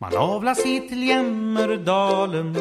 Man avlar sig till Jämmerdalen.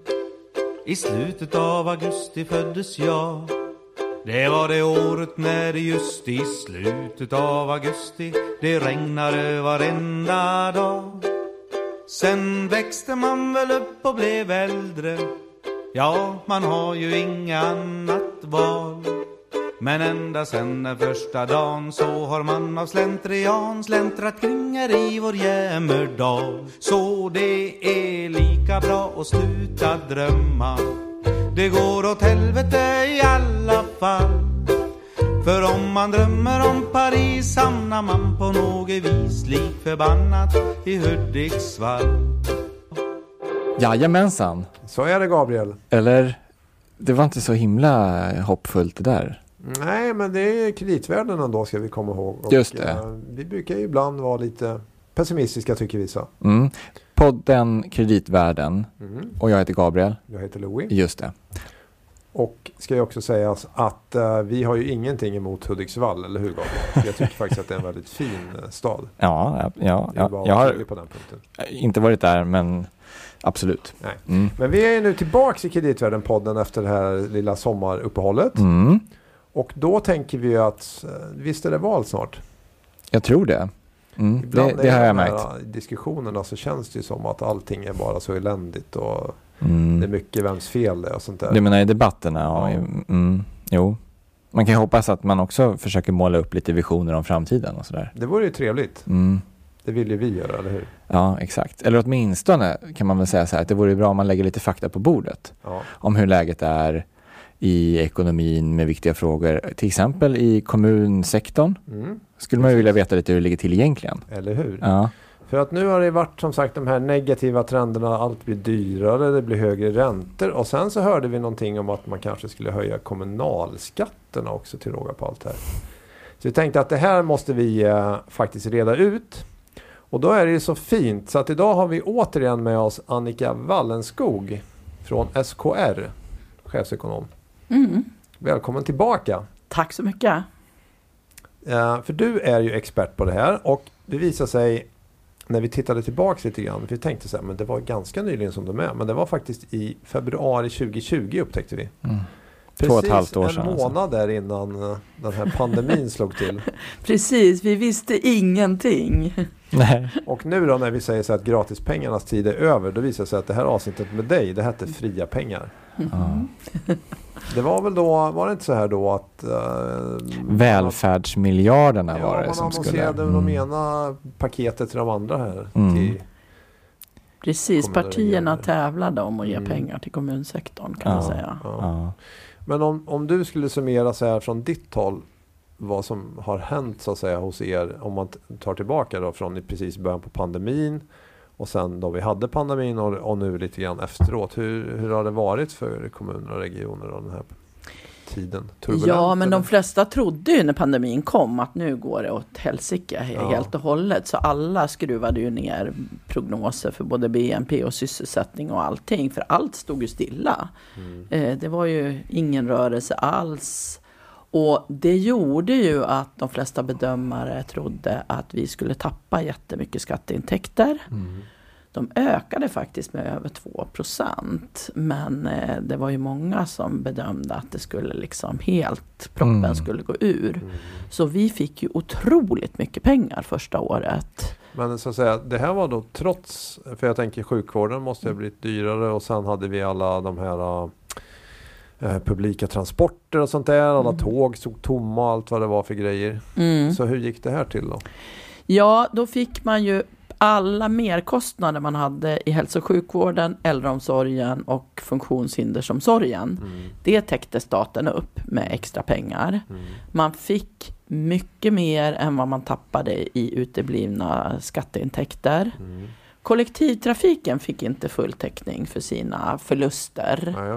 I slutet av augusti föddes jag. Det var det året när det just i slutet av augusti det regnade varenda dag. Sen växte man väl upp och blev äldre. Ja, man har ju inga annat val. Men ända sen den första dagen så har man av slentrian släntrat kring här i vår Jämmerdal. Så det är lika bra att sluta drömma. Det går åt helvete i alla fall. För om man drömmer om Paris hamnar man på något vis lik förbannat i Hudiksvall. Jajamensan. Så är det, Gabriel. Eller, det var inte så himla hoppfullt det där. Nej, men det är kreditvärden ändå, ska vi komma ihåg. Och, just det. Vi brukar ju ibland vara lite pessimistiska, tycker vissa. Podden Kreditvärden. Och jag heter Gabriel. Jag heter Louis. Just det. Och ska jag också säga att vi har ju ingenting emot Hudiksvall, eller hur, Gabriel? Jag tycker faktiskt att det är en väldigt fin stad. Ja. Jag har på den punkten. Inte varit där, men absolut. Nej. Men vi är nu tillbaka i Kreditvärden-podden efter det här lilla sommaruppehållet. Och då tänker vi att visst är det val snart? Jag tror det. Det har jag märkt. I diskussionerna så känns det ju som att allting är bara så eländigt och det är mycket vems fel det är och sånt där. Du menar i debatterna? Ja. Jo. Man kan hoppas att man också försöker måla upp lite visioner om framtiden och sådär. Det vore ju trevligt. Det vill ju vi göra, eller hur? Ja, exakt. Eller åtminstone kan man väl säga så här att det vore bra om man lägger lite fakta på bordet. Ja. Om hur läget är i ekonomin med viktiga frågor. Till exempel i kommunsektorn. Skulle man ju vilja veta lite hur det ligger till egentligen. Eller hur? Ja. För att nu har det varit som sagt de här negativa trenderna. Allt blir dyrare, det blir högre räntor. Och sen så hörde vi någonting om att man kanske skulle höja kommunalskatterna också till råga på allt här. Så vi tänkte att det här måste vi faktiskt reda ut. Och då är det ju så fint. Så att idag har vi återigen med oss Annika Wallenskog från SKR. Chefsekonom. Välkommen tillbaka. Tack så mycket. För du är ju expert på det här. Och det visar sig när vi tittade tillbaka lite grann. För vi tänkte så här, men det var ganska nyligen som de är. Men det var faktiskt i februari 2020 upptäckte vi. Precis 2,5 år sedan. En månad där innan den här pandemin slog till. Precis, vi visste ingenting. Nej. Och nu då när vi säger så att gratispengarnas tid är över, då visar det sig att det här avsnittet med dig, det hette fria pengar. Det var väl då, var det inte så här då att välfärdsmiljarderna var det som skulle... Ja, man annonserade de ena paketet till de andra här. Till precis, partierna tävlade om att ge pengar till kommunsektorn, kan man säga. Ja. Men om du skulle summera så här från ditt håll vad som har hänt så att säga hos er, om man tar tillbaka då från precis början på pandemin och sen då vi hade pandemin och nu lite grann efteråt. Hur har det varit för kommuner och regioner och den här tiden? Ja, men de flesta trodde ju när pandemin kom att nu går det åt helsike helt och hållet. Så alla skruvade ju ner prognoser för både BNP och sysselsättning och allting. För allt stod ju stilla. Det var ju ingen rörelse alls. Och det gjorde ju att de flesta bedömare trodde att vi skulle tappa jättemycket skatteintäkter. De ökade faktiskt med över 2%. Men det var ju många som bedömde att det skulle liksom proppen skulle gå ur. Så vi fick ju otroligt mycket pengar första året. Men så att säga, det här var då trots, för jag tänker sjukvården måste ha blivit dyrare och sen hade vi alla de här publika transporter och sånt där. Alla tåg stod tomma och allt vad det var för grejer. Så hur gick det här till då? Ja, då fick man ju alla merkostnader man hade i hälso- och sjukvården, äldreomsorgen och funktionshindersomsorgen. Det täckte staten upp med extra pengar. Man fick mycket mer än vad man tappade i uteblivna skatteintäkter. Kollektivtrafiken fick inte full täckning för sina förluster.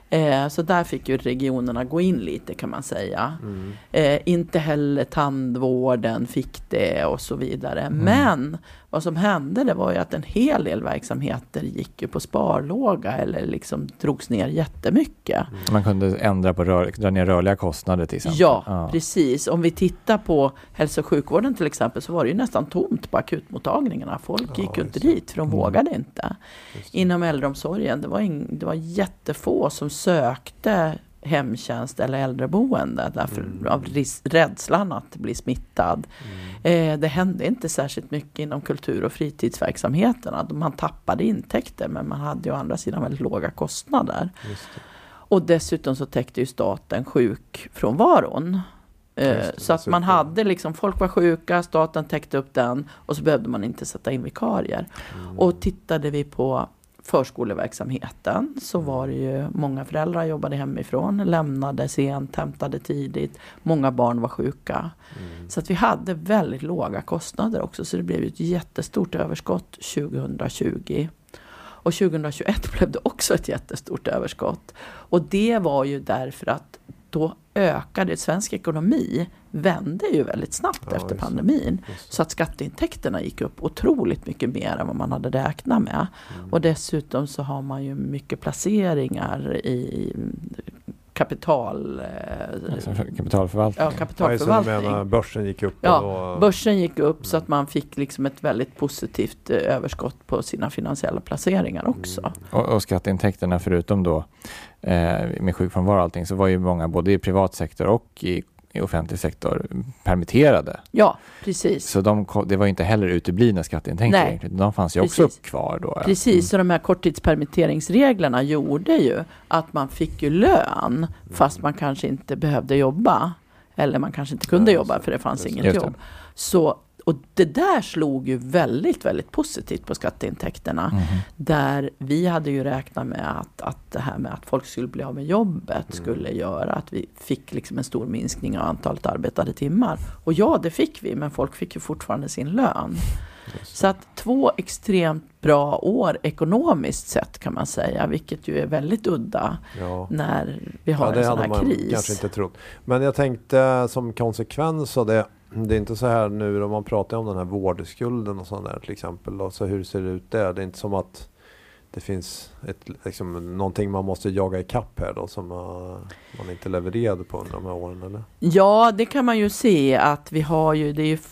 Så där fick ju regionerna gå in lite kan man säga. Inte heller tandvården fick det och så vidare. Men vad som hände det var ju att en hel del verksamheter gick ju på sparlåga eller liksom drogs ner jättemycket. Man kunde ändra på dra ner rörliga kostnader till exempel. Ja, precis. Om vi tittar på hälso- och sjukvården till exempel så var det ju nästan tomt på akutmottagningarna. Folk gick ju inte dit för de vågade inte. Inom äldreomsorgen, det var jättefå som sökte hemtjänst eller äldreboende därför av rädslan att bli smittad. Det hände inte särskilt mycket inom kultur- och fritidsverksamheterna. Man tappade intäkter men man hade ju å andra sidan väldigt låga kostnader. Och dessutom så täckte ju staten sjukfrånvaron. Så att man hade liksom, folk var sjuka, staten täckte upp den och så behövde man inte sätta in vikarier. Och tittade vi på förskoleverksamheten så var det ju många föräldrar jobbade hemifrån, lämnade sent, hämtade tidigt, många barn var sjuka. Så att vi hade väldigt låga kostnader också, så det blev ett jättestort överskott 2020. Och 2021 blev det också ett jättestort överskott. Och det var ju därför att då ökade svensk ekonomi, vände ju väldigt snabbt efter pandemin. Så att skatteintäkterna gick upp otroligt mycket mer än vad man hade räknat med. Och dessutom så har man ju mycket placeringar i kapitalförvaltning. Ja, kapitalförvaltning. Jag menar, börsen gick upp. Börsen gick upp så att man fick liksom ett väldigt positivt överskott på sina finansiella placeringar också. Och skatteintäkterna förutom då med sjukfrånvaro och allting så var ju många både i privat sektor och i offentlig sektor permitterade. Ja, precis. Så det var inte heller uteblivna skatteintäkter egentligen. De fanns ju också kvar då. Precis, så de här korttidspermitteringsreglerna gjorde ju att man fick ju lön fast man kanske inte behövde jobba. Eller man kanske inte kunde jobba för det fanns inget jobb. Så, och det där slog ju väldigt, väldigt positivt på skatteintäkterna. Där vi hade ju räknat med att det här med att folk skulle bli av med jobbet skulle göra att vi fick liksom en stor minskning av antalet arbetade timmar. Och ja, det fick vi, men folk fick ju fortfarande sin lön. Så att 2 extremt bra år ekonomiskt sett kan man säga, vilket ju är väldigt udda när vi har en sån här kris. Det hade man kanske inte trott. Men jag tänkte som konsekvens av det är inte så här nu om man pratar om den här vårdskulden och sånt där till exempel. Och så hur ser det ut där? Det är inte som att det finns någonting man måste jaga i kapp här då som man inte levererade på under de här åren, eller? Ja, det kan man ju se att vi har ju, det är ju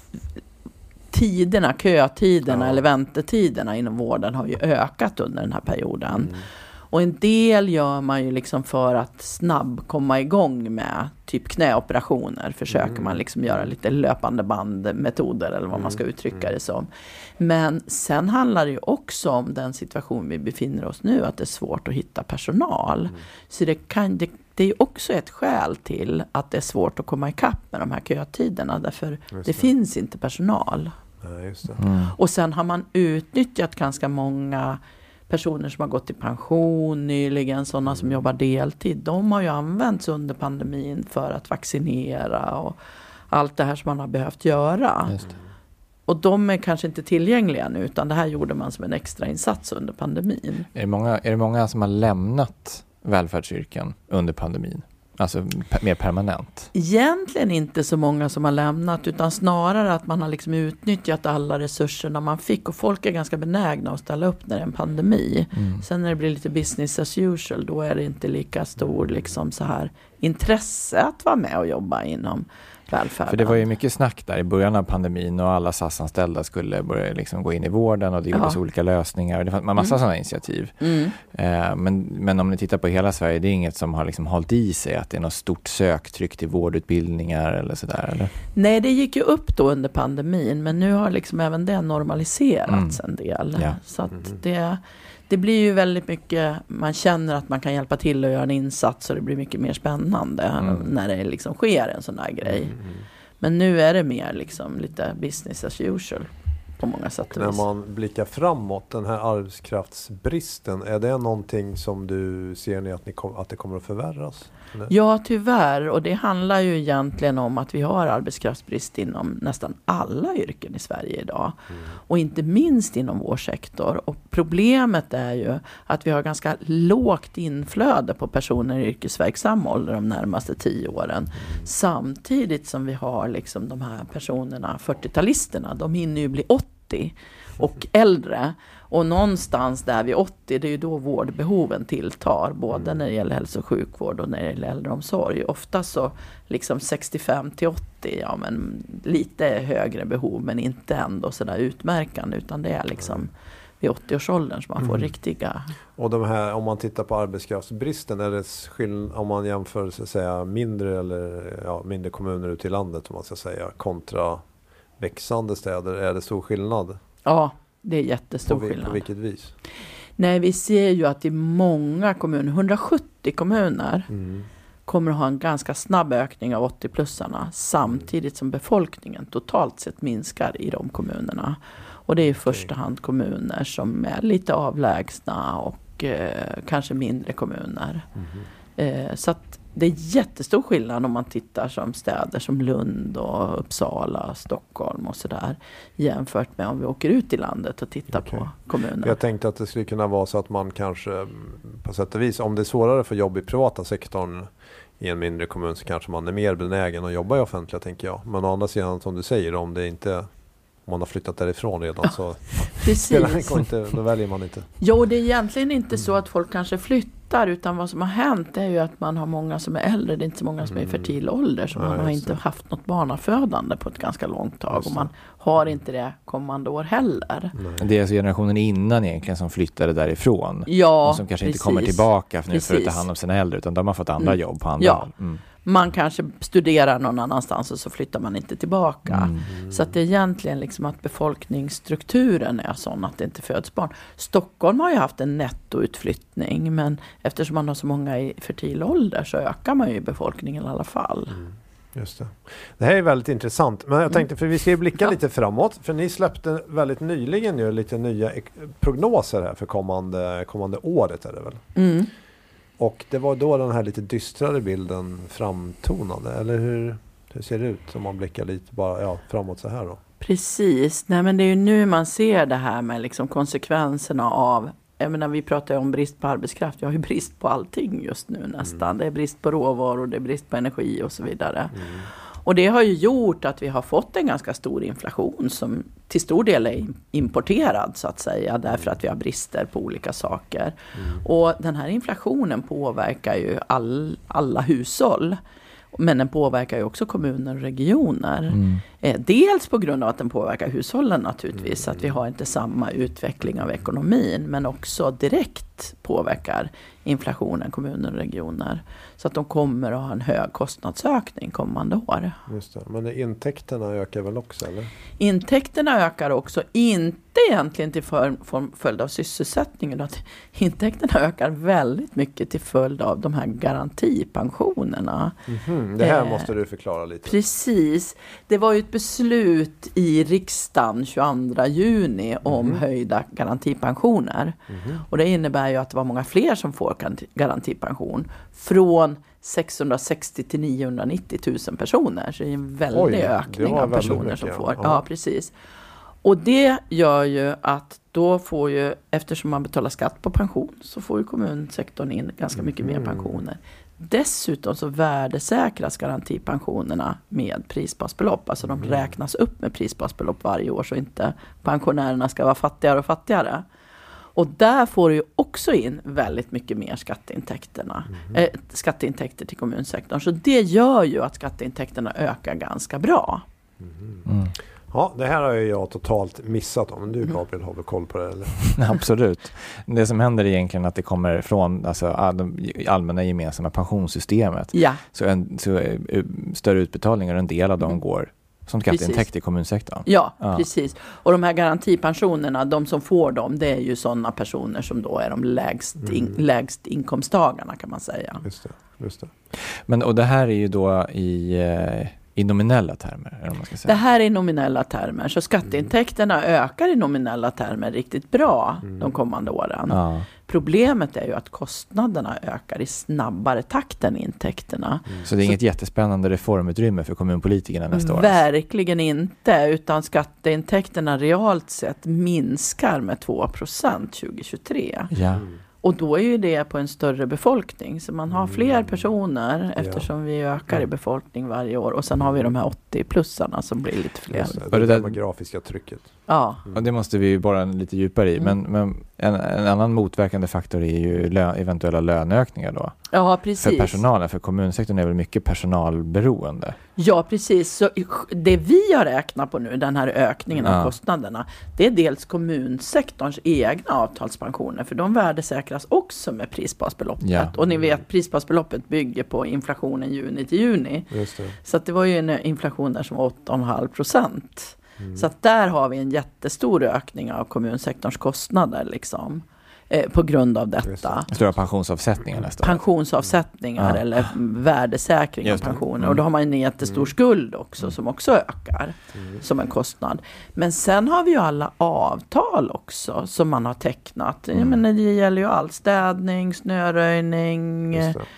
kötiderna eller väntetiderna inom vården har ju ökat under den här perioden. Och en del gör man ju liksom för att snabbt komma igång med typ knäoperationer. Försöker man liksom göra lite löpande bandmetoder eller vad man ska uttrycka det som. Men sen handlar det ju också om den situation vi befinner oss nu, att det är svårt att hitta personal. Så det är ju också ett skäl till att det är svårt att komma ikapp med de här kötiderna. Därför det finns inte personal. Ja, just det. Och sen har man utnyttjat ganska många personer som har gått i pension nyligen, sådana som jobbar deltid. De har ju använts under pandemin för att vaccinera och allt det här som man har behövt göra. Just det. Och de är kanske inte tillgängliga nu, utan det här gjorde man som en extra insats under pandemin. Är det många som har lämnat välfärdsyrken under pandemin? Alltså mer permanent? Egentligen inte så många som har lämnat, utan snarare att man har liksom utnyttjat alla resurserna man fick. Och folk är ganska benägna att ställa upp när det är en pandemi. Sen när det blir lite business as usual, då är det inte lika stor liksom så här intresse att vara med och jobba inom välfärden. För det var ju mycket snack där i början av pandemin och alla SAS-anställda skulle börja liksom gå in i vården och det gjordes olika lösningar. Det fanns massa sådana initiativ. Men om ni tittar på hela Sverige, det är inget som har liksom hållit i sig att det är något stort söktryck till vårdutbildningar eller sådär, eller? Nej, det gick ju upp då under pandemin, men nu har liksom även det normaliserats en del. Ja. Så att det blir ju väldigt mycket, man känner att man kan hjälpa till och göra en insats, och det blir mycket mer spännande när det liksom sker en sån där grej. Men nu är det mer liksom lite business as usual. på många sätt och När vis. man blickar framåt, den här arbetskraftsbristen, är det någonting som du ser att det kommer att förvärras? Eller? Ja, tyvärr. Och det handlar ju egentligen om att vi har arbetskraftsbrist inom nästan alla yrken i Sverige idag. Och inte minst inom vår sektor. Och problemet är ju att vi har ganska lågt inflöde på personer i yrkesverksam ålder de närmaste 10 åren. Samtidigt som vi har liksom de här personerna, 40-talisterna, de hinner ju bli 80 och äldre. Och någonstans där vid 80, det är ju då vårdbehoven tilltar. Både när det gäller hälso- och sjukvård och när det gäller äldreomsorg. Ofta så liksom 65 till 80, ja men lite högre behov men inte ändå sådär utmärkande. Utan det är liksom vid 80-årsåldern som man får riktiga... Och de här, om man tittar på arbetskraftsbristen, är det om man jämför så att säga, mindre kommuner ute i landet om man ska säga, kontra växande städer, är det stor skillnad? Ja, det är jättestor skillnad. På vilket vis? Nej, vi ser ju att i många kommuner, 170 kommuner, kommer att ha en ganska snabb ökning av 80-plussarna samtidigt som befolkningen totalt sett minskar i de kommunerna. Och det är i första hand kommuner som är lite avlägsna och kanske mindre kommuner. Så att det är jättestor skillnad om man tittar som städer som Lund och Uppsala, Stockholm och sådär jämfört med om vi åker ut i landet och tittar på kommuner. Jag tänkte att det skulle kunna vara så att man kanske på sätt och vis, om det är svårare för jobb i privata sektorn i en mindre kommun så kanske man är mer benägen att jobba i offentliga, tänker jag. Men å andra sidan, som du säger, om man har flyttat därifrån redan så då väljer man inte. Jo, det är egentligen inte så att folk kanske flyttar, utan vad som har hänt är ju att man har många som är äldre, det är inte så många som är i fertil ålder, så man har inte haft något barnafödande på ett ganska långt tag och man har inte det kommande år heller. Det är alltså generationen innan egentligen som flyttade därifrån. Ja, och som kanske inte kommer tillbaka nu för att ta hand om sina äldre, utan de har fått andra jobb på andra håll. Man kanske studerar någon annanstans och så flyttar man inte tillbaka. Så att det är egentligen liksom att befolkningsstrukturen är sån att det inte föds barn. Stockholm har ju haft en nettoutflyttning, men eftersom man har så många i fertil ålder så ökar man ju befolkningen i alla fall. Just det. Det här är väldigt intressant. Men jag tänkte, för vi ska ju blicka lite framåt. För ni släppte väldigt nyligen ju lite nya prognoser här för kommande året är det väl? Och det var då den här lite dystrare bilden framtonade. Eller hur ser det ut om man blickar lite bara framåt så här då? Precis. Nej, men det är ju nu man ser det här med liksom konsekvenserna av... Jag menar, vi pratar ju om brist på arbetskraft. Jag har ju brist på allting just nu nästan. Det är brist på råvaror, det är brist på energi och så vidare. Och det har ju gjort att vi har fått en ganska stor inflation som till stor del är importerad så att säga, därför att vi har brister på olika saker. Och den här inflationen påverkar ju alla hushåll. Men den påverkar ju också kommuner och regioner. Dels på grund av att den påverkar hushållen naturligtvis. Att vi har inte samma utveckling av ekonomin. Men också direkt påverkar inflationen kommuner och regioner. Så att de kommer att ha en hög kostnadsökning kommande år. Just det. Men intäkterna ökar väl också, eller? Intäkterna ökar också. Inte egentligen till följd av sysselsättningen. Att intäkterna ökar väldigt mycket till följd av de här garantipensionerna. Det här måste du förklara lite. Precis. Det var ju ett beslut i riksdagen 22 juni om höjda garantipensioner. Och det innebär ju att det var många fler som får garantipension. Från 660 till 990 000 personer. Så det är en väldig ökning av personer mycket, som får. Ja, precis. Och det gör ju att då får ju, eftersom man betalar skatt på pension, så får ju kommunsektorn in ganska mycket mer pensioner. Dessutom så värdesäkras garantipensionerna med prisbasbelopp. Alltså de räknas upp med prisbasbelopp varje år så inte pensionärerna ska vara fattigare och fattigare. Och där får du ju också in väldigt mycket mer skatteintäkter till kommunsektorn. Så det gör ju att skatteintäkterna ökar ganska bra. Ja, det här har ju jag totalt missat om. Men du, Gabriel, har väl koll på det? Eller? Absolut. Det som händer är egentligen att det kommer från det allmänna gemensamma pensionssystemet. Ja. Så större utbetalningar, en del av dem går som skatteintäkt i kommunsektorn. Ja, precis. Och de här garantipensionerna, de som får dem, det är ju sådana personer som då är de lägst inkomsttagarna kan man säga. Just det. Men och det här är ju då i nominella termer, eller vad man ska säga. Det här är nominella termer, så skatteintäkterna ökar i nominella termer riktigt bra de kommande åren. Ja. Problemet är ju att kostnaderna ökar i snabbare takt än intäkterna. Så det är inget jättespännande reformutrymme för kommunpolitikerna nästa år? Verkligen inte, utan skatteintäkterna realt sett minskar med 2% 2023. Ja. Och då är ju det på en större befolkning. Så man har fler personer eftersom vi ökar i befolkning varje år. Och sen har vi de här 80-plussarna som blir lite fler. Det demografiska trycket. Ja. Och det måste vi ju borra lite djupare i. Men en annan motverkande faktor är ju eventuella löneökningar då. Ja, precis. För personalen, för kommunsektorn är väl mycket personalberoende. Ja, precis. Så det vi har räknat på nu, den här ökningen av kostnaderna, det är dels kommunsektorns egna avtalspensioner. För de värdesäkras också med prisbasbeloppet. Ja. Och ni vet, prisbasbeloppet bygger på inflationen juni till juni. Just det. Så att det var ju en inflation där som var 8,5%. Så att där har vi en jättestor ökning av kommunsektorns kostnader liksom. På grund av detta. Stora pensionsavsättningar nästa år. Pensionsavsättningar eller värdesäkring av pensioner. Och då har man en jättestor skuld också som också ökar som en kostnad. Men sen har vi ju alla avtal också som man har tecknat. Men det gäller ju all städning, snöröjning,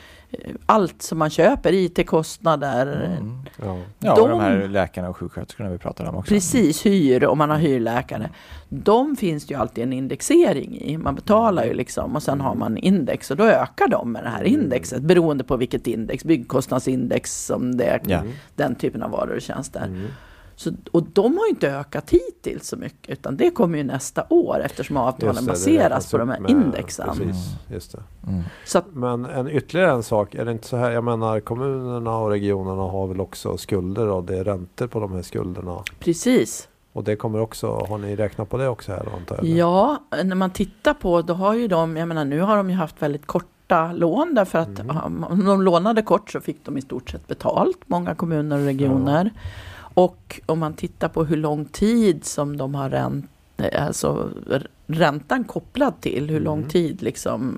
allt som man köper, IT-kostnader. Ja, de här läkarna och sjuksköterskorna vi pratar om också. Precis, hyr om man har hyrläkare. De finns ju alltid en indexering i. Man betalar ju liksom och sen har man index och då ökar de med det här indexet beroende på vilket index, byggkostnadsindex som det är, den typen av varor och tjänster. Så, och de har ju inte ökat hittills så mycket utan det kommer ju nästa år eftersom avtalen baseras på de här indexen. Precis, just det. Så att, men ytterligare en sak, är det inte så här, jag menar kommunerna och regionerna har väl också skulder och det är räntor på de här skulderna. Precis. Och det kommer också, har ni räknat på det också här antar jag? Ja, när man tittar på, då har ju de, jag menar nu har de ju haft väldigt korta lån därför att om de lånade kort så fick de i stort sett betalt, många kommuner och regioner. Och om man tittar på hur lång tid som de har alltså räntan kopplad till, hur lång tid liksom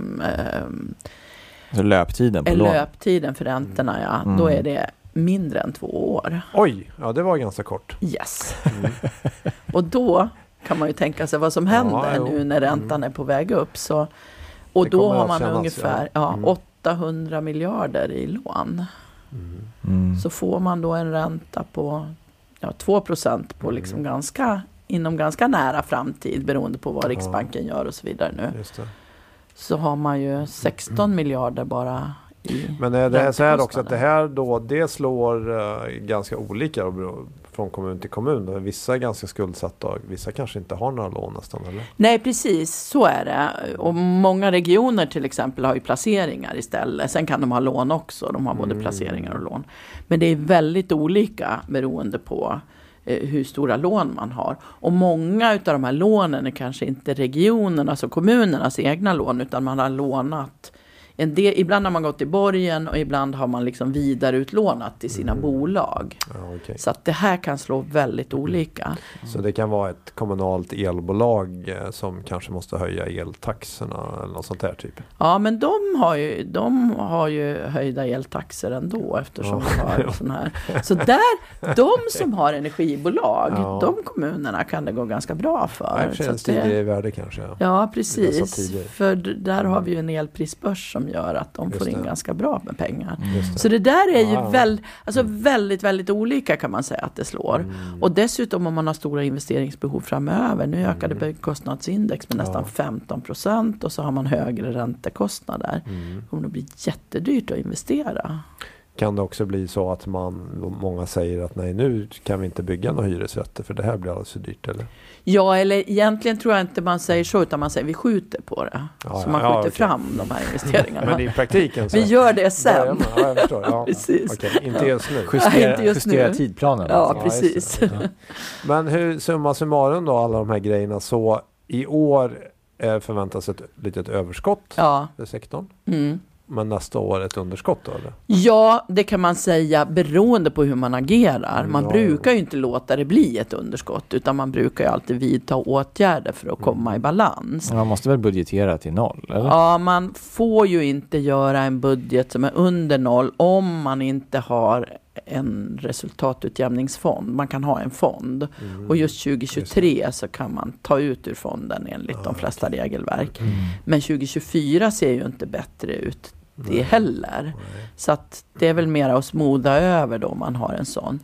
så löptiden på lån. Löptiden för räntorna, då är det mindre än 2 år. Oj, ja det var ganska kort. Yes. Och då kan man ju tänka sig vad som händer nu när räntan är på väg upp. Så, och då har man ungefär 800 miljarder i lån. Så får man då en ränta på 2% på liksom inom ganska nära framtid beroende på vad Riksbanken gör och så vidare nu. Just det. Så har man ju 16 miljarder bara i. Men är det så här också att det här då, det slår ganska olika från kommun till kommun då? Vissa är ganska skuldsatta och vissa kanske inte har några lån nästan, eller? Nej, precis. Så är det. Och många regioner till exempel har ju placeringar istället. Sen kan de ha lån också. De har både placeringar och lån. Men det är väldigt olika beroende på hur stora lån man har. Och många av de här lånen är kanske inte regionernas, alltså kommunernas egna lån, utan man har lånat en del, ibland har man gått i borgen och ibland har man liksom vidareutlånat till sina bolag. Ja, okay. Så att det här kan slå väldigt olika. Så det kan vara ett kommunalt elbolag som kanske måste höja eltaxorna eller något sånt där typ? Ja, men de har ju höjda eltaxor ändå eftersom de har sån här. Så de som har energibolag, de kommunerna kan det gå ganska bra för. Det känns det i värde kanske. Ja, precis. För där har vi ju en elprisbörs som gör att de får in ganska bra med pengar. Så det där är ju väldigt, väldigt olika kan man säga att det slår. Och dessutom om man har stora investeringsbehov framöver. Nu ökade byggkostnadsindex med nästan 15% och så har man högre räntekostnader. Det kommer att bli jättedyrt att investera. Kan det också bli så att många säger att nej, nu kan vi inte bygga några hyresrätter för det här blir alldeles för dyrt, eller? Ja, eller egentligen tror jag inte man säger så, utan man säger vi skjuter på det. Så man skjuter fram de här investeringarna. Men i praktiken så? Vi gör det sen. Ja, jag förstår. Ja, precis. Okej, inte just nu. Justera tidplanen. Ja, precis. Ja. Men hur summa summarum då, alla de här grejerna, så i år förväntas ett litet överskott för sektorn. Men nästa år ett underskott då, eller? Ja, det kan man säga beroende på hur man agerar. Man brukar ju inte låta det bli ett underskott, utan man brukar ju alltid vidta åtgärder för att komma i balans. Man måste väl budgetera till 0, eller? Ja, man får ju inte göra en budget som är under 0 om man inte har en resultatutjämningsfond. Man kan ha en fond. Och just 2023 så kan man ta ut ur fonden enligt de flesta regelverk. Men 2024 ser ju inte bättre ut det heller. Så att det är väl mer att smoda över då om man har en sån.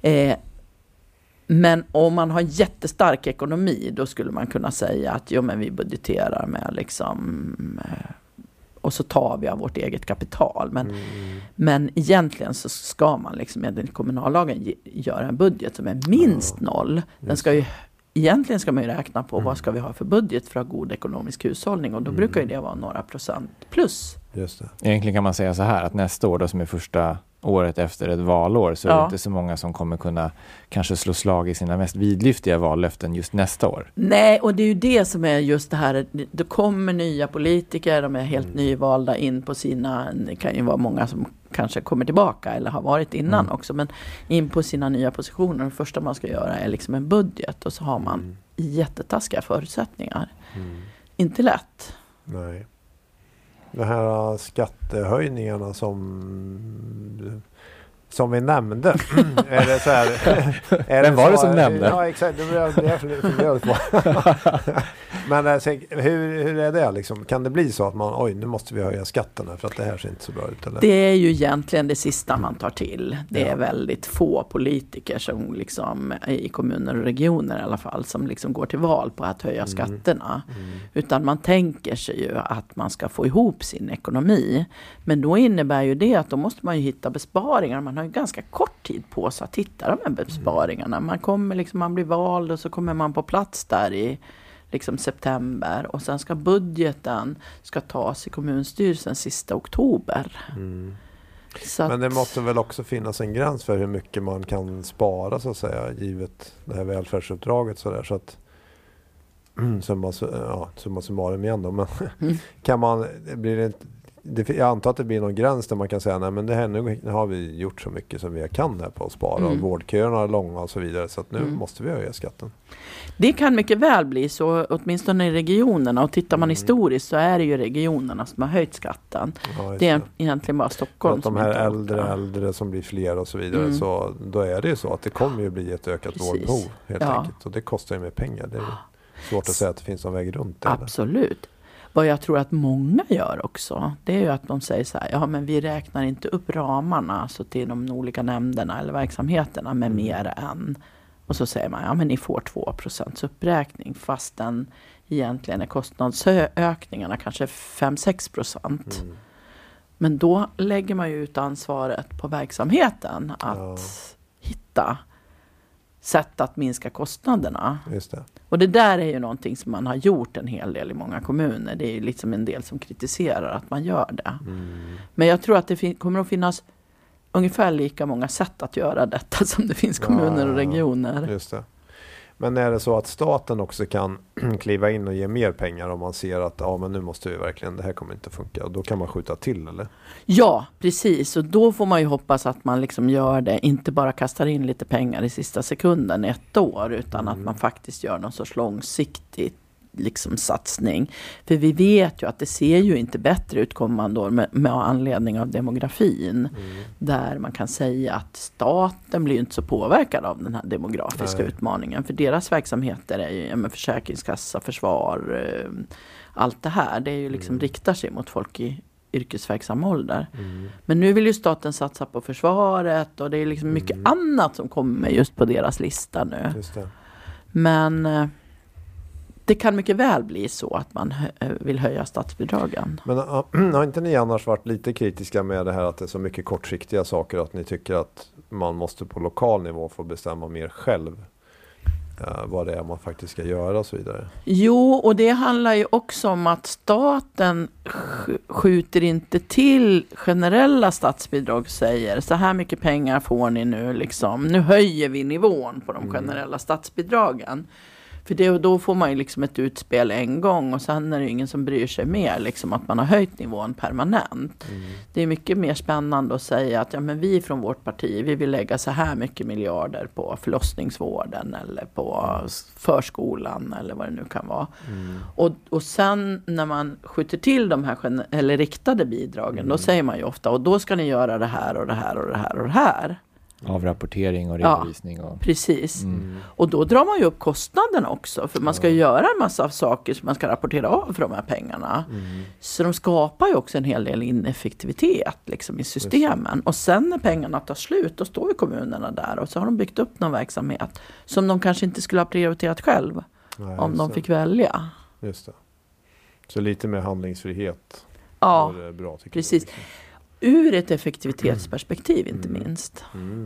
Men om man har jättestark ekonomi, då skulle man kunna säga att men vi budgeterar med liksom, och så tar vi av vårt eget kapital. Men egentligen så ska man liksom med den kommunallagen göra en budget som är minst noll. Den ska ju, egentligen ska man ju räkna på vad ska vi ha för budget för att ha god ekonomisk hushållning, och då brukar ju det vara några procent plus. Just det. Egentligen kan man säga så här att nästa år då, som är första året efter ett valår, så är det inte så många som kommer kunna kanske slå slag i sina mest vidlyftiga vallöften just nästa år. Nej, och det är ju det som är just det här, det kommer nya politiker, de är helt nyvalda in på sina, det kan ju vara många som kanske kommer tillbaka eller har varit innan också, men in på sina nya positioner. Det första man ska göra är liksom en budget, och så har man jättetaskiga förutsättningar. Inte lätt. Nej. De här skattehöjningarna som vi nämnde. Är det så här, vem var det som nämnde? Ja, exakt. Det var jag funderade på. Men hur är det liksom? Kan det bli så att man, nu måste vi höja skatten här för att det här ser inte så bra ut? Eller? Det är ju egentligen det sista man tar till. Det är väldigt få politiker som liksom, i kommuner och regioner i alla fall, som liksom går till val på att höja skatterna. Utan man tänker sig ju att man ska få ihop sin ekonomi. Men då innebär ju det att då måste man ju hitta besparingar. Man har ju ganska kort tid på sig att hitta de här besparingarna. Man blir vald och så kommer man på plats där i liksom september, och sen ska budgeten tas i kommunstyrelsen sista oktober. Så men det måste väl också finnas en gräns för hur mycket man kan spara, så att säga, givet det här välfärdsuppdraget så att summa summarum igen då, men kan man, blir det inte, jag antar att det blir någon gräns där man kan säga nej, men det här, nu har vi gjort så mycket som vi kan här på att spara, och vårdköerna är långa och så vidare, så att nu måste vi höja skatten. Det kan mycket väl bli så, åtminstone i regionerna, och tittar man historiskt så är det ju regionerna som har höjt skatten. Det är egentligen bara Stockholm som de här äldre som blir fler och så vidare, så då är det ju så att det kommer ju bli ett ökat vårdbehov helt enkelt, och det kostar ju mer pengar. Det är svårt att säga att det finns någon väg runt det. Absolut. Vad jag tror att många gör också, det är ju att de säger så här, men vi räknar inte upp ramarna alltså till de olika nämnderna eller verksamheterna med mer än. Och så säger man, men ni får 2% uppräkning, fastän egentligen är kostnadsökningarna kanske 5-6%. Men då lägger man ju ut ansvaret på verksamheten att hitta sätt att minska kostnaderna. Just det. Och det där är ju någonting som man har gjort en hel del i många kommuner. Det är ju liksom en del som kritiserar att man gör det. Men jag tror att det kommer att finnas ungefär lika många sätt att göra detta som det finns kommuner och regioner. Just det. Men är det så att staten också kan kliva in och ge mer pengar om man ser att men nu måste vi verkligen, det här kommer inte funka, och då kan man skjuta till, eller? Ja, precis. Och då får man ju hoppas att man liksom gör det, inte bara kastar in lite pengar i sista sekunden ett år, utan att man faktiskt gör någon sorts långsiktigt liksom satsning. För vi vet ju att det ser ju inte bättre ut kommande år med anledning av demografin. Där man kan säga att staten blir inte så påverkad av den här demografiska utmaningen. För deras verksamheter är ju försäkringskassa, försvar, allt det här. Det är ju liksom riktar sig mot folk i yrkesverksam ålder. Men nu vill ju staten satsa på försvaret, och det är liksom mycket annat som kommer just på deras lista nu. Just det. Men det kan mycket väl bli så att man vill höja statsbidragen. Men har inte ni annars varit lite kritiska med det här att det är så mycket kortsiktiga saker, att ni tycker att man måste på lokal nivå få bestämma mer själv vad det är man faktiskt ska göra och så vidare? Jo, och det handlar ju också om att staten skjuter inte till generella statsbidrag, säger så här mycket pengar får ni nu liksom. Nu höjer vi nivån på de generella statsbidragen. För då får man ju liksom ett utspel en gång, och sen är det ju ingen som bryr sig mer liksom att man har höjt nivån permanent. Det är mycket mer spännande att säga att men vi från vårt parti, vi vill lägga så här mycket miljarder på förlossningsvården eller på förskolan eller vad det nu kan vara. Och sen när man skjuter till de här eller riktade bidragen, då säger man ju ofta, och då ska ni göra det här och det här och det här och det här. avrapportering och redovisning. Ja, precis. Och då drar man ju upp kostnaderna också. För man ska göra en massa saker som man ska rapportera av för de här pengarna. Så de skapar ju också en hel del ineffektivitet liksom, i systemen. Och sen när pengarna tar slut, då står ju kommunerna där. Och så har de byggt upp någon verksamhet som de kanske inte skulle ha prioriterat själv. Nej, om de fick välja. Just det. Så lite mer handlingsfrihet. Ja, är bra, tycker precis. Ur ett effektivitetsperspektiv inte minst.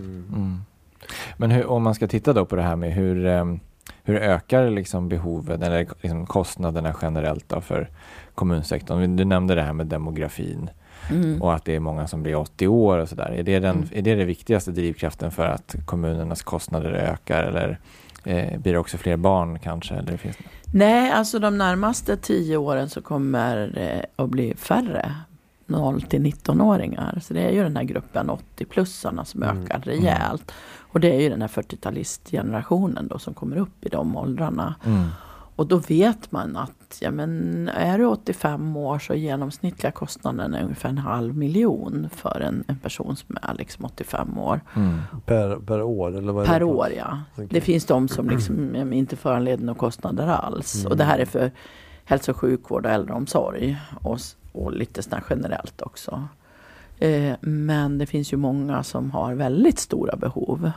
Men om man ska titta då på det här med hur ökar liksom behovet eller liksom kostnaderna generellt då för kommunsektorn? Du nämnde det här med demografin och att det är många som blir 80 år och sådär. Är det viktigaste drivkraften för att kommunernas kostnader ökar eller blir det också fler barn kanske? Eller finns det? Nej, alltså de närmaste 10 åren så kommer det att bli färre 0-19-åringar. Så det är ju den här gruppen 80-plussarna som ökar rejält. Och det är ju den här 40-talistgenerationen då som kommer upp i de åldrarna. Och då vet man att är du 85 år så genomsnittliga kostnaden är ungefär 500 000 för en person som är liksom 85 år. Per år? Eller vad per år, ja. Okay. Det finns de som liksom inte föranleder några kostnader alls. Och det här är för hälso- och sjukvård och äldreomsorg. Och lite sådär generellt också. Men det finns ju många som har väldigt stora behov.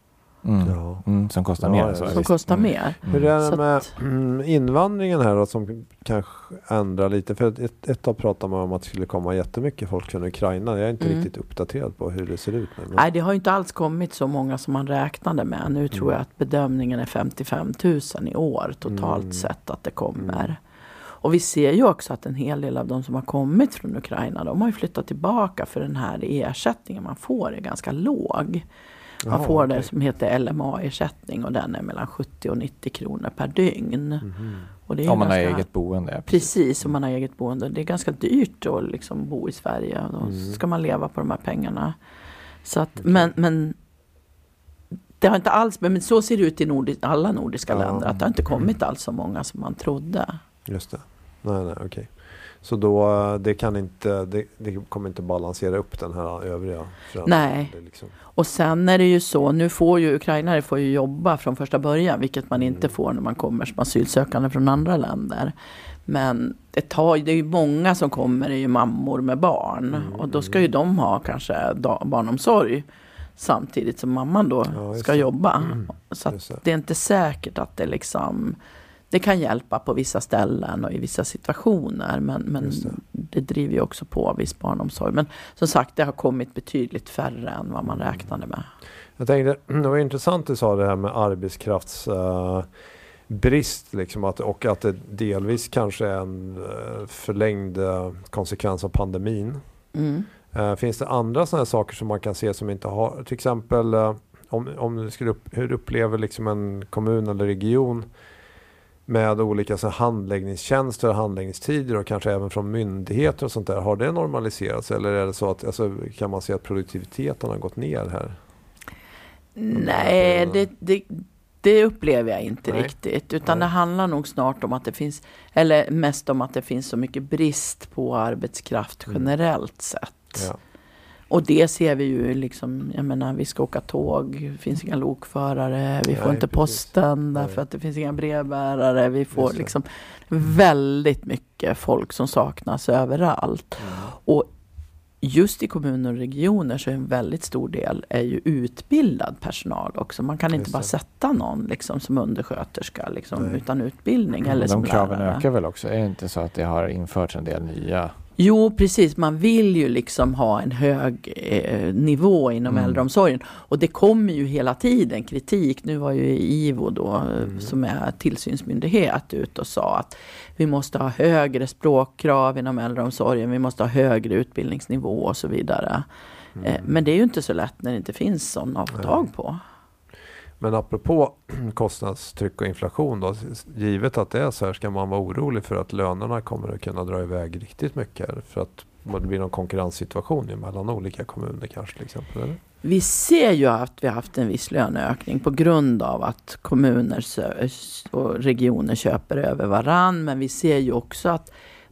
Som kostar mer. Som kostar mer. Hur är det med invandringen här då, som kanske ändrar lite? För ett tag pratar man om att det skulle komma jättemycket folk från Ukraina. Jag är inte riktigt uppdaterad på hur det ser ut nu. Nej, det har inte alls kommit så många som man räknade med. Nu tror jag att bedömningen är 55 000 i år totalt sett att det kommer. Och vi ser ju också att en hel del av de som har kommit från Ukraina, de har ju flyttat tillbaka för den här ersättningen man får är ganska låg. Man får det som heter LMA-ersättning och den är mellan 70 och 90 kronor per dygn. Och det är om man har eget boende. Precis, om man har eget boende. Det är ganska dyrt att liksom bo i Sverige. Då ska man leva på de här pengarna. Så att, men det har inte alls, men så ser det ut i alla nordiska länder. Att det har inte kommit alls så många som man trodde. Just det. Nej, okej. Så då, det kommer inte balansera upp den här övriga. Nej. Liksom. Och sen är det ju så, nu får ju ukrainare jobba från första början, vilket man inte får när man kommer som asylsökande från andra länder. Men det är ju många som kommer, är ju mammor med barn. Och då ska ju de ha kanske barnomsorg samtidigt som mamman då ska jobba. Så att det är inte säkert att det liksom... Det kan hjälpa på vissa ställen och i vissa situationer, men det driver ju också på viss barnomsorg. Men som sagt, det har kommit betydligt färre än vad man räknade med. Jag tänkte, det var intressant du sa det här med arbetskraftsbrist, liksom, och att det delvis kanske är en förlängd konsekvens av pandemin. Finns det andra sådana här saker som man kan se som inte har, till exempel hur upplever liksom en kommun eller region med olika så handläggningstjänster och handläggningstider och kanske även från myndigheter och sånt där. Har det normaliserats eller är det så att kan man se att produktiviteten har gått ner här? Nej, det upplever jag inte riktigt. Utan det handlar nog snart om att det finns, eller mest om att det finns så mycket brist på arbetskraft generellt sett. Ja. Och det ser vi ju liksom, jag menar, vi ska åka tåg, det finns inga lokförare, vi får inte posten därför att det finns inga brevbärare, vi får liksom väldigt mycket folk som saknas överallt. Och just i kommuner och regioner så är en väldigt stor del är ju utbildad personal också. Man kan inte bara sätta någon liksom som undersköterska liksom, utan utbildning eller som lärare. De kraven ökar väl också? Är det inte så att det har införts en del nya? Jo, precis. Man vill ju liksom ha en hög nivå inom äldreomsorgen. Och det kommer ju hela tiden kritik. Nu var ju IVO då, som är tillsynsmyndighet, ut och sa att vi måste ha högre språkkrav inom äldreomsorgen. Vi måste ha högre utbildningsnivå och så vidare. Men det är ju inte så lätt när det inte finns sådana att få tag på. Men apropå kostnadstryck och inflation då, givet att det är så här, ska man vara orolig för att lönerna kommer att kunna dra iväg riktigt mycket här, för att det blir någon konkurrenssituation mellan olika kommuner kanske till exempel? Eller? Vi ser ju att vi har haft en viss löneökning på grund av att kommuner och regioner köper över varann, men vi ser ju också att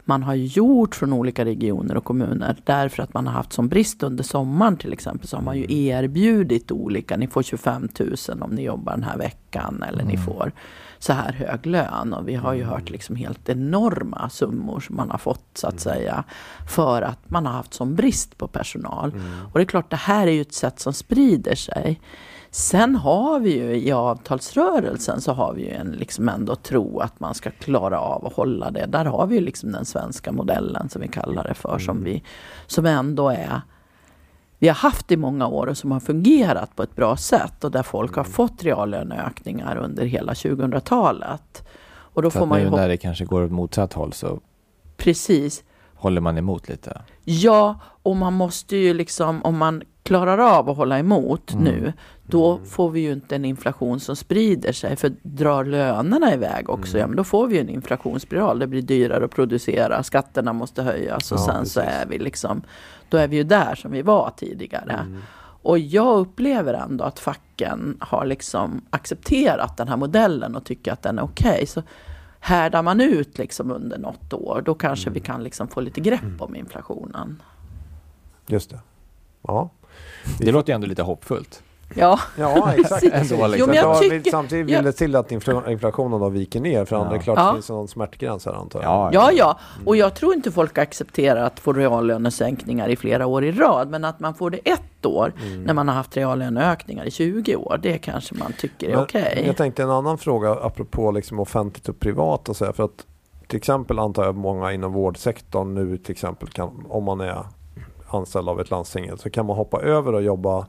man har gjort från olika regioner och kommuner därför att man har haft som brist under sommaren till exempel, så har man ju erbjudit olika, ni får 25 000 om ni jobbar den här veckan eller ni får så här hög lön, och vi har ju hört liksom helt enorma summor som man har fått så att säga för att man har haft som brist på personal. Och det är klart, det här är ju ett sätt som sprider sig. Sen har vi ju i avtalsrörelsen så har vi ju en liksom ändå tro att man ska klara av att hålla det. Där har vi ju liksom den svenska modellen som vi kallar det för, som ändå är, vi har haft i många år och som har fungerat på ett bra sätt och där folk har fått reallöneökningar under hela 2000-talet. Och då så får man ju när det kanske går åt motsatt håll så precis håller man emot lite. Ja, och man måste ju liksom, om man klarar av att hålla emot nu, då får vi ju inte en inflation som sprider sig, för drar lönerna iväg också, ja, men då får vi ju en inflationsspiral, det blir dyrare att producera, skatterna måste höjas och sen precis. Så är vi liksom, då är vi ju där som vi var tidigare. Och jag upplever ändå att facken har liksom accepterat den här modellen och tycker att den är okej. Så härdar man ut liksom under något år, då kanske vi kan liksom få lite grepp om inflationen. Just det. Ja. Det låter ju ändå lite hoppfullt. Ja, exakt. Ändå, liksom. Jo, men jag tycker, samtidigt vill det till att inflationen då viker ner, för andra klart det finns någon smärtgräns här, antar jag. Ja. Och jag tror inte folk accepterar att få reallönesänkningar i flera år i rad, men att man får det ett år när man har haft reallöneökningar i 20 år, det kanske man tycker är okej. Jag tänkte en annan fråga apropå liksom offentligt och privat och så här, för att till exempel antar jag många inom vårdsektorn nu till exempel kan, om man är anställd av ett landsting, så kan man hoppa över och jobba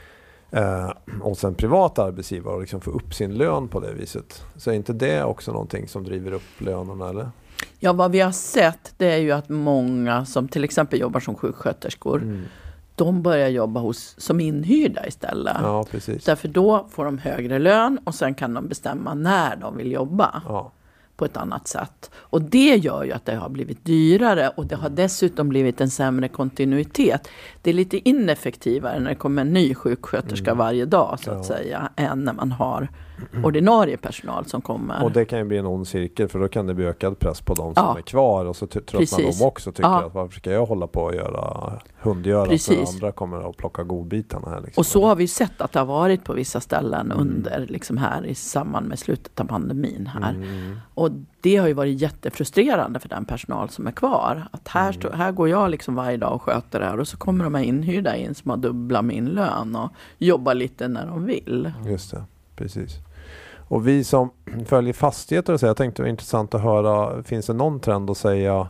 hos en privat arbetsgivare och liksom få upp sin lön på det viset. Så är inte det också någonting som driver upp lönerna, eller? Ja, vad vi har sett, det är ju att många som till exempel jobbar som sjuksköterskor, de börjar jobba som inhyrda istället. Ja, precis. Därför då får de högre lön och sen kan de bestämma när de vill jobba. Ja. På ett annat sätt. Och det gör ju att det har blivit dyrare, och det har dessutom blivit en sämre kontinuitet. Det är lite ineffektivare när det kommer en ny sjuksköterska varje dag så att säga, än när man har ordinarie personal som kommer. Och det kan ju bli en ond cirkel, för då kan det bli ökad press på de som är kvar, och så tröttnar de också, tycker att varför ska jag hålla på och göra hundgöra när andra kommer att plocka godbitarna här. Liksom. Och så har vi sett att det har varit på vissa ställen under liksom här i samband med slutet av pandemin här. Och det har ju varit jättefrustrerande för den personal som är kvar. Att här går jag liksom varje dag och sköter det här, och så kommer de här inhyrda in som har dubbla min lön och jobbar lite när de vill. Just det, precis. Och vi som följer fastigheter och så, jag tänkte det var intressant att höra, finns det någon trend att säga,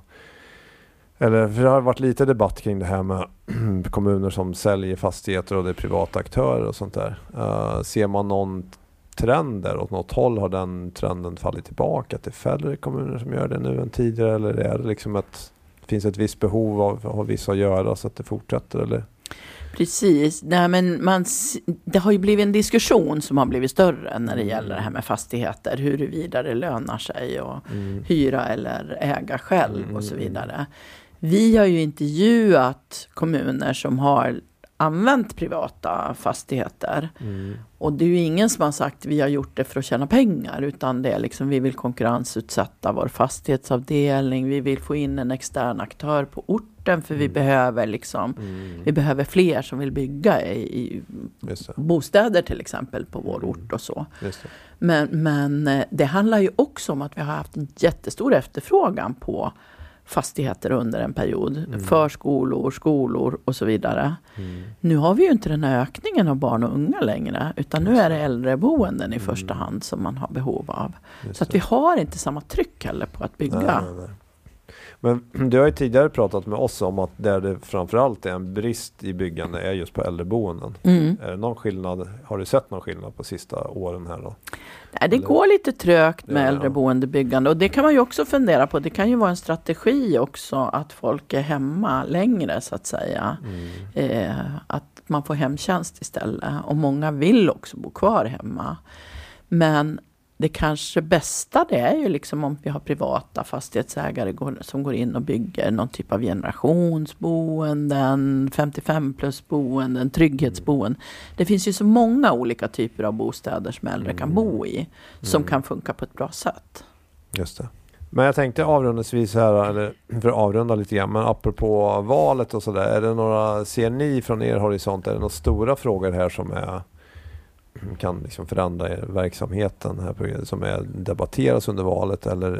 eller för det har varit lite debatt kring det här med kommuner som säljer fastigheter och det är privata aktörer och sånt där. Ser man någon trend där åt något håll? Har den trenden fallit tillbaka? Att det är färre kommuner som gör det nu än tidigare, eller är det liksom finns ett visst behov av vissa att göra så att det fortsätter, eller? Precis. Nej, men det har ju blivit en diskussion som har blivit större när det gäller det här med fastigheter. Huruvida det lönar sig att hyra eller äga själv och så vidare. Vi har ju intervjuat kommuner som har använt privata fastigheter. Och det är ju ingen som har sagt vi har gjort det för att tjäna pengar, utan det är liksom vi vill konkurrensutsätta vår fastighetsavdelning, vi vill få in en extern aktör på orten, för vi behöver liksom vi behöver fler som vill bygga i bostäder till exempel på vår ort och så. Men det handlar ju också om att vi har haft en jättestor efterfrågan på fastigheter under en period. Förskolor, skolor och så vidare. Nu har vi ju inte den här ökningen av barn och unga längre, utan nu är det äldreboenden i första hand som man har behov av. Så att vi har inte samma tryck heller på att bygga. Nej. Men du har ju tidigare pratat med oss om att där det framförallt är en brist i byggande är just på äldreboenden. Är det någon skillnad? Har du sett någon skillnad på sista åren här då? Nej, det går lite trögt med äldreboendebyggande, och det kan man ju också fundera på. Det kan ju vara en strategi också att folk är hemma längre så att säga. Att man får hemtjänst istället, och många vill också bo kvar hemma. Men det kanske bästa det är ju liksom om vi har privata fastighetsägare som går in och bygger någon typ av generationsboenden, 55 plus boenden, trygghetsboenden. Det finns ju så många olika typer av bostäder som äldre kan bo i som kan funka på ett bra sätt. Just det. Men jag tänkte avrundningsvis här, eller för att avrunda lite grann, men apropå valet och sådär, är det några, ser ni från er horisont, är det några stora frågor här som kan liksom förändra verksamheten här, som debatteras under valet, eller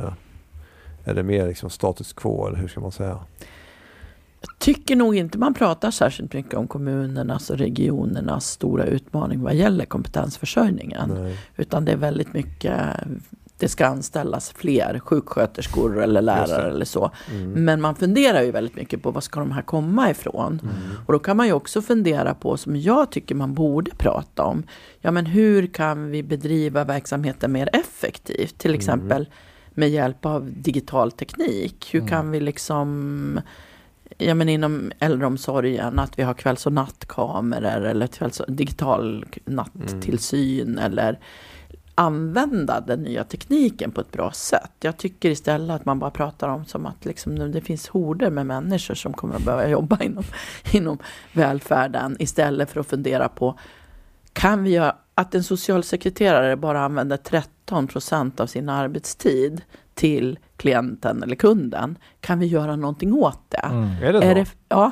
är det mer liksom status quo, eller hur ska man säga? Jag tycker nog inte man pratar särskilt mycket om kommunernas och regionernas stora utmaning vad gäller kompetensförsörjningen. Nej. Utan det är väldigt mycket, det ska anställas fler sjuksköterskor eller lärare eller så. Men man funderar ju väldigt mycket på vad ska de här komma ifrån. Och då kan man ju också fundera på, som jag tycker man borde prata om, ja men hur kan vi bedriva verksamheten mer effektivt? Till exempel med hjälp av digital teknik. Hur kan vi liksom... Ja, men inom äldreomsorgen att vi har kvälls- och nattkameror eller digital nattillsyn eller använda den nya tekniken på ett bra sätt. Jag tycker istället att man bara pratar om som att liksom, det finns horder med människor som kommer att behöva jobba inom välfärden istället för att fundera på kan vi göra att en socialsekreterare bara använder 13% av sin arbetstid till klienten eller kunden. Kan vi göra någonting åt det? Är det så? Ja.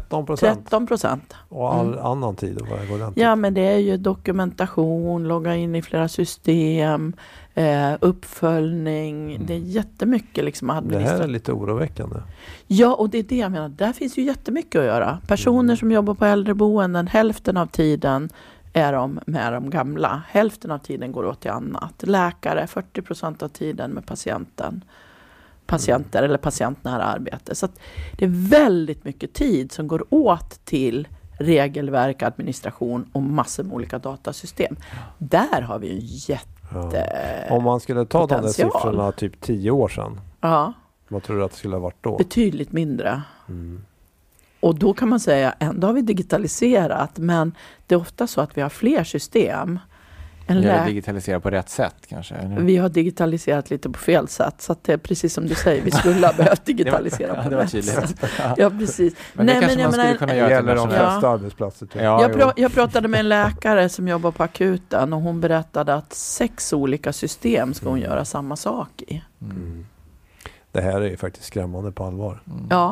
13%? Och all annan tid? Ja, men det är ju dokumentation, logga in i flera system, uppföljning. Det är jättemycket liksom administrativt. Det här är lite oroväckande. Ja, och det är det jag menar. Där finns ju jättemycket att göra. Personer som jobbar på äldreboenden, hälften av tiden är de med de gamla. Hälften av tiden går åt till annat. Läkare, 40% av tiden med patienter eller patientnära arbete. Så att det är väldigt mycket tid som går åt till regelverk, administration och massor med olika datasystem. Där har vi en Om man skulle ta de där potential. siffrorna typ 10 år sedan. Ja. Vad tror du att det skulle ha varit då? Betydligt mindre. Och då kan man säga, ändå har vi digitaliserat, men det är ofta så att vi har fler system. Vi har digitaliserat på rätt sätt kanske? Eller? Vi har digitaliserat lite på fel sätt. Så att det är precis som du säger, vi skulle ha behövt digitalisera på rätt sätt. Ja, precis. Men det kanske man skulle kunna göra till de flesta arbetsplatser. Typ. Jag pratade med en läkare som jobbar på akuten och hon berättade att 6 olika system ska hon göra samma sak i. Det här är ju faktiskt skrämmande på allvar. Ja.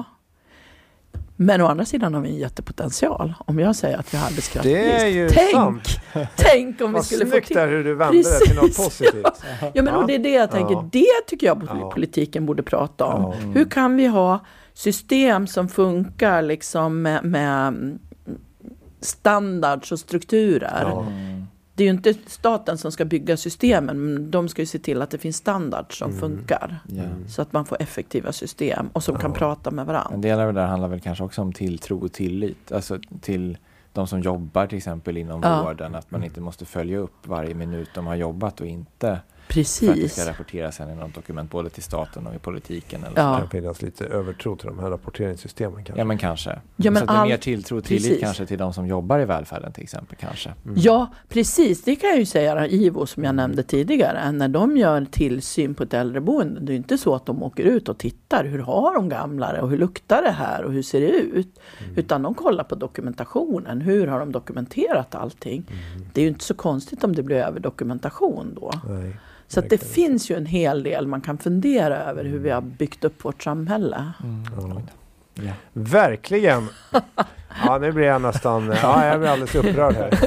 Men å andra sidan har vi en jättepotential. Om jag säger att vi har arbetskraft. Det är ju sant. Tänk om vi skulle få till... hur du vänder det till något positivt. Ja, men och det är det jag tänker. Det tycker jag politiken borde prata om. Hur kan vi ha system som funkar liksom med standards och strukturer? Det är ju inte staten som ska bygga systemen, men de ska ju se till att det finns standards som funkar. Så att man får effektiva system och som kan prata med varandra. En del av det där handlar väl kanske också om tilltro och tillit. Alltså till de som jobbar till exempel inom vården. Att man inte måste följa upp varje minut de har jobbat och inte... Precis. För att det ska rapporteras sen i något dokument både till staten och i politiken. Eller Det kan finnas lite övertro till de här rapporteringssystemen kanske. Ja, men kanske. Ja, men så att det är mer tilltro och tillit kanske till de som jobbar i välfärden till exempel kanske. Ja, precis. Det kan jag ju säga IVO som jag nämnde tidigare. När de gör tillsyn på ett äldreboende, det är ju inte så att de åker ut och tittar. Hur har de gamla och hur luktar det här och hur ser det ut? Utan de kollar på dokumentationen. Hur har de dokumenterat allting? Det är ju inte så konstigt om det blir överdokumentation då. Nej. Så att det finns ju en hel del man kan fundera över hur vi har byggt upp vårt samhälle. Verkligen. Ja, nu blir jag nästan... Ja, jag blir alldeles upprörd här.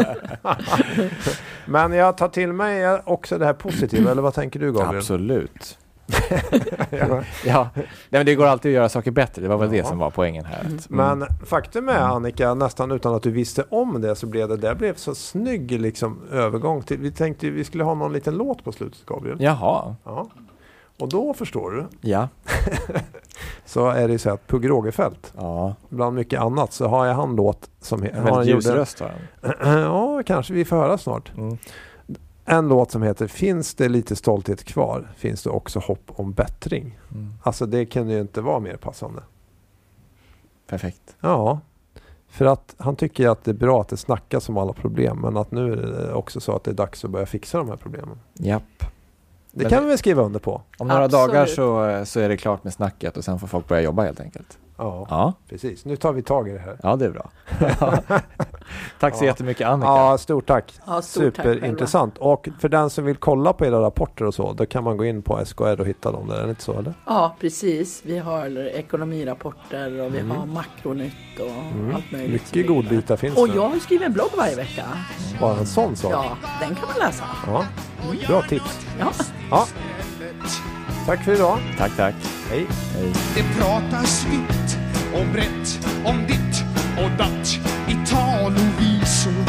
Men jag tar till mig också det här positiva, eller vad tänker du, Gabriel? Absolut. Nej, men det går alltid att göra saker bättre. Det var väl det som var poängen här. Men faktum är, Annika, nästan utan att du visste om det så blev det blev så snygg liksom övergång till... Vi tänkte vi skulle ha någon liten låt på slutet, Gabriel. Jaha. Ja. Och då förstår du. Ja. Så är det så att Pugh Rogefeldt, bland mycket annat, så har jag han låt som... En väldigt ljus röst har han. Ja, kanske vi får höra snart. En låt som heter Finns det lite stolthet kvar, finns det också hopp om bättring. Alltså det kan ju inte vara mer passande. Perfekt. Ja, för att han tycker att det är bra att det snackas om alla problem, men att nu är det också så att det är dags att börja fixa de här problemen. Japp. Det kan vi väl skriva under på. Om några Absolut. dagar så är det klart med snacket och sen får folk börja jobba helt enkelt. Ja, precis. Nu tar vi tag i det här. Ja, det är bra. Tack så jättemycket, Annika. Ja, stort tack. Ja, stort tack Superintressant. Och för den som vill kolla på era rapporter och så, då kan man gå in på SKR och hitta dem där, är det inte så eller? Ja, precis. Vi har ekonomirapporter och vi har makronytt och allt möjligt. Mycket godbitar finns Och det. jag skriver en blogg varje vecka. Bara en sån sak. Ja, den kan man läsa. Ja. Bra tips. Ja. Tack för idag. Tack. Hej. Hej. Det pratas vitt och brett om ditt och datt i tal och visor.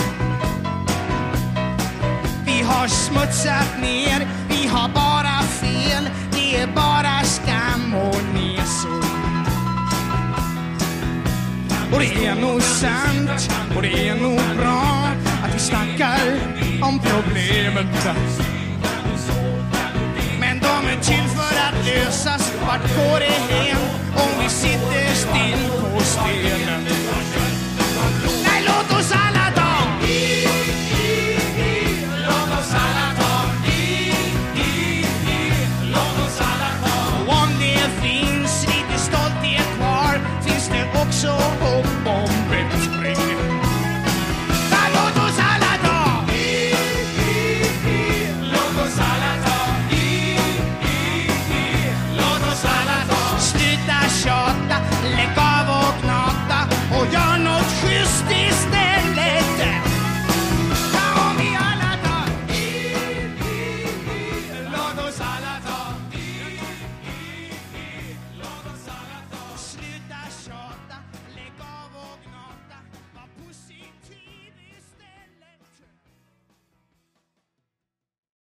Vi har smutsat ner, vi har bara fel, det är bara skam och nesor. Och det är nog sant och det är nog bra att vi snackar om problemen. Men de är till för att lösas. Vart går det hem om vi sitter still på stenen? Nej, låt oss alla ta. Låt oss alla ta. Låt oss alla ta. Och om det finns lite stolthet kvar, finns det också hopp om bättring. Nej, låt oss alla ta. Låt oss alla ta. Sluta tjata, lägg av och knata och gör något schysst istället.